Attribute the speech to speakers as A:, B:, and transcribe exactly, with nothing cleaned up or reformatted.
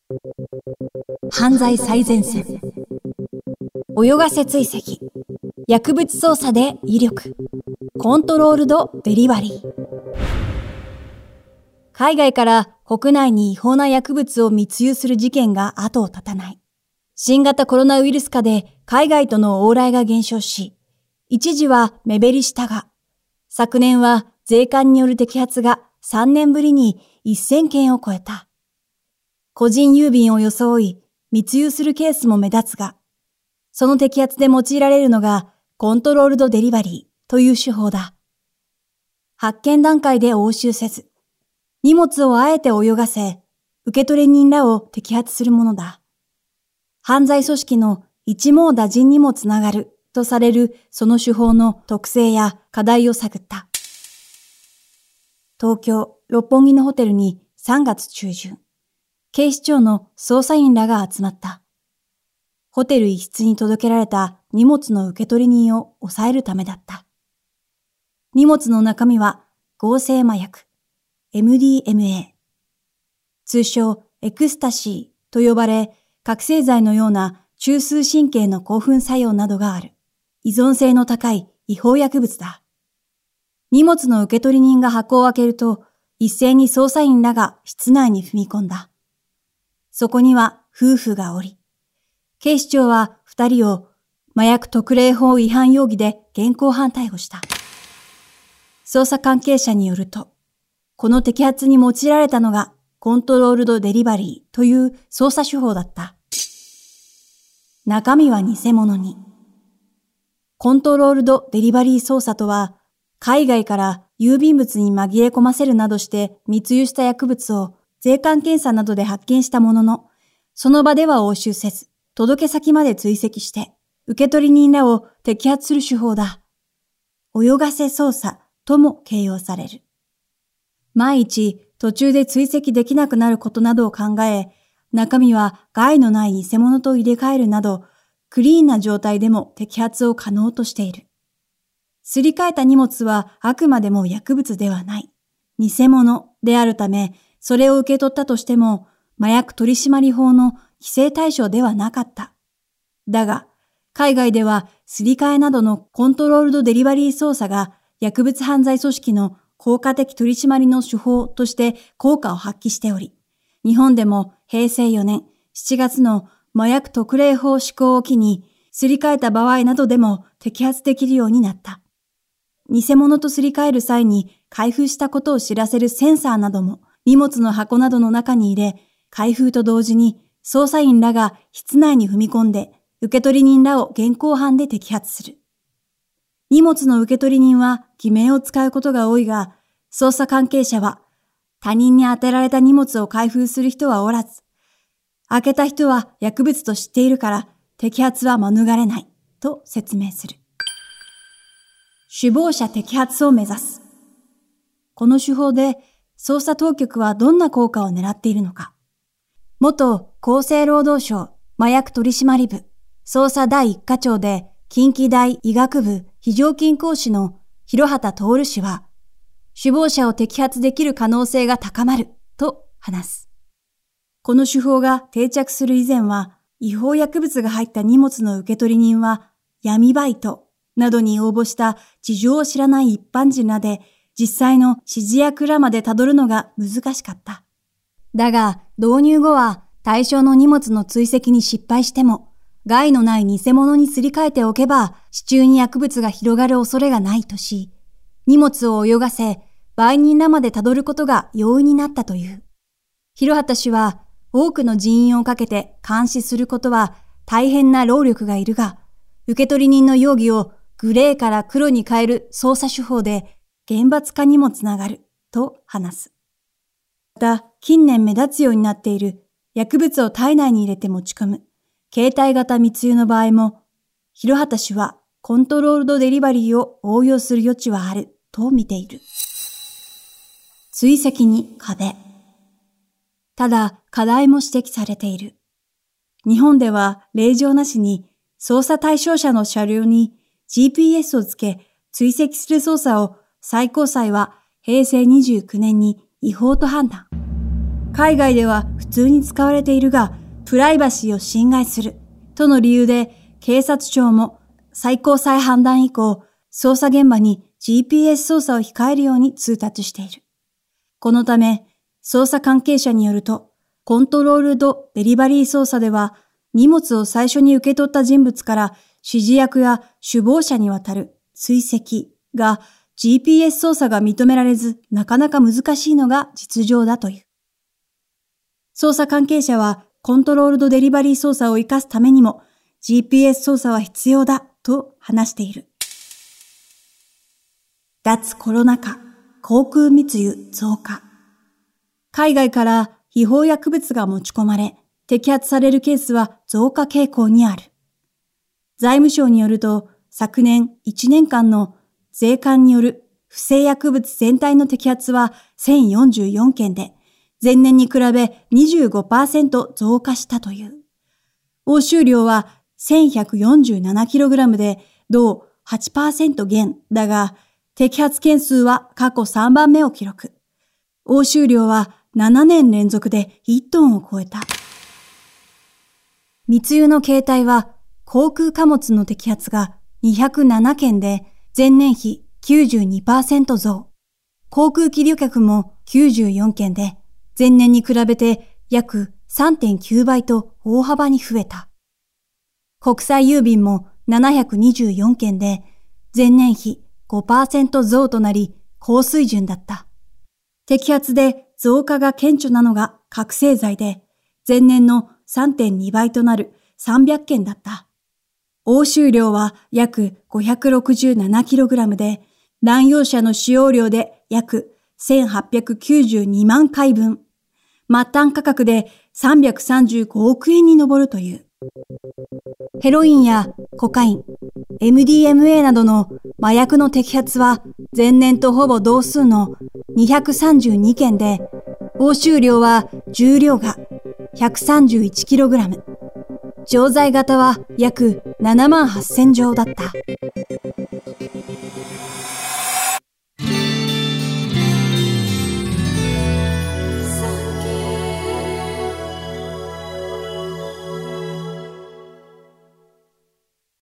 A: 犯罪最前線。泳がせ追跡。薬物捜査で威力。コントロールドデリバリー。海外から国内に違法な薬物を密輸する事件が後を絶たない。新型コロナウイルス禍で海外との往来が減少し、一時は目減りしたが、昨年は税関による摘発がさんねんぶりにせんけんを超えた。個人郵便を装い密輸するケースも目立つが、その摘発で用いられるのがコントロールドデリバリーという手法だ。発見段階で押収せず、荷物をあえて泳がせ、受取人らを摘発するものだ。犯罪組織の一網打尽にもつながるとされるその手法の特性や課題を探った。東京・六本木のホテルにさんがつちゅうじゅん、警視庁の捜査員らが集まった。ホテル一室に届けられた荷物の受取人を抑えるためだった。荷物の中身は合成麻薬、エムディーエムエー、通称エクスタシーと呼ばれ、覚醒剤のような中枢神経の興奮作用などがある。依存性の高い違法薬物だ。荷物の受取人が箱を開けると、一斉に捜査員らが室内に踏み込んだ。そこには夫婦がおり、警視庁は二人を麻薬特例法違反容疑で現行犯逮捕した。捜査関係者によると、この摘発に用いられたのがコントロールドデリバリーという捜査手法だった。中身は偽物に。コントロールドデリバリー捜査とは、海外から郵便物に紛れ込ませるなどして密輸した薬物を税関検査などで発見したものの、その場では押収せず、届け先まで追跡して、受取人らを摘発する手法だ。泳がせ捜査とも形容される。万一途中で追跡できなくなることなどを考え、中身は害のない偽物と入れ替えるなど、クリーンな状態でも摘発を可能としている。すり替えた荷物はあくまでも薬物ではない。偽物であるため、それを受け取ったとしても、麻薬取締法の規制対象ではなかった。だが、海外ではすり替えなどのコントロールドデリバリー捜査が薬物犯罪組織の効果的取締りの手法として効果を発揮しており、日本でもへいせいよねんしちがつの麻薬特例法施行を機に、すり替えた場合などでも摘発できるようになった。偽物とすり替える際に開封したことを知らせるセンサーなども荷物の箱などの中に入れ、開封と同時に捜査員らが室内に踏み込んで受取人らを現行犯で摘発する。荷物の受取人は偽名を使うことが多いが、捜査関係者は他人に当てられた荷物を開封する人はおらず、開けた人は薬物と知っているから摘発は免れないと説明する。首謀者摘発を目指す。この手法で捜査当局はどんな効果を狙っているのか。元厚生労働省麻薬取締部捜査第一課長で近畿大医学部非常勤講師の広畑徹氏は、首謀者を摘発できる可能性が高まると話す。この手法が定着する以前は、違法薬物が入った荷物の受取人は闇バイトなどに応募した事情を知らない一般人らで、実際の指示役らまでたどるのが難しかった。だが、導入後は対象の荷物の追跡に失敗しても、害のない偽物にすり替えておけば、市中に薬物が広がる恐れがないとし、荷物を泳がせ、売人らまでたどることが容易になったという。広畑氏は、多くの人員をかけて監視することは大変な労力がいるが、受取人の容疑をグレーから黒に変える捜査手法で厳罰化にもつながると話す。また、近年目立つようになっている薬物を体内に入れて持ち込む携帯型密輸の場合も、広畑氏はコントロールドデリバリーを応用する余地はあると見ている。追跡に壁。ただ、課題も指摘されている。日本では令状なしに捜査対象者の車両に ジーピーエス をつけ追跡する捜査を最高裁はへいせいにじゅうきゅうねんに違法と判断。海外では普普通に使われているが、プライバシーを侵害するとの理由で、警察庁も最高裁判断以降、捜査現場に ジーピーエス 操作を控えるように通達している。このため、捜査関係者によると、コントロールド・デリバリー操作では、荷物を最初に受け取った人物から指示役や首謀者にわたる追跡が ジーピーエス 操作が認められず、なかなか難しいのが実情だという。捜査関係者は、コントロールド・デリバリー操作を活かすためにも、ジーピーエス 操作は必要だと話している。脱コロナ禍、航空密輸増加。海外から違法薬物が持ち込まれ、摘発されるケースは増加傾向にある。財務省によると、昨年いちねんかんの税関による不正薬物全体の摘発はせんよんじゅうよんけんで、前年に比べ にじゅうごパーセント 増加したという。押収量は せんひゃくよんじゅうななキログラム で、同 はちパーセント 減だが、摘発件数は過去さんばんめを記録。押収量はななねん連続でいちトンを超えた。密輸の形態は、航空貨物の摘発がにひゃくななけんで、前年比 きゅうじゅうにパーセント 増。航空機旅客もきゅうじゅうよんけんで、前年に比べて約 さんてんきゅうばいと大幅に増えた。国際郵便もななひゃくにじゅうよんけんで、前年比 ごパーセント 増となり、高水準だった。摘発で増加が顕著なのが覚醒剤で、前年の さんてんにばいとなるさんびゃっけんだった。押収量は約 ごひゃくろくじゅうななキログラム で、乱用者の使用量で約せんはっぴゃくきゅうじゅうにまんかいぶん。末端価格でさんびゃくさんじゅうごおくえんに上るという。ヘロインやコカイン、エムディーエムエー などの麻薬の摘発は前年とほぼ同数のにひゃくさんじゅうにけんで、押収量は重量が ひゃくさんじゅういちキログラム、錠剤型は約ななまんはっせんじょうだった。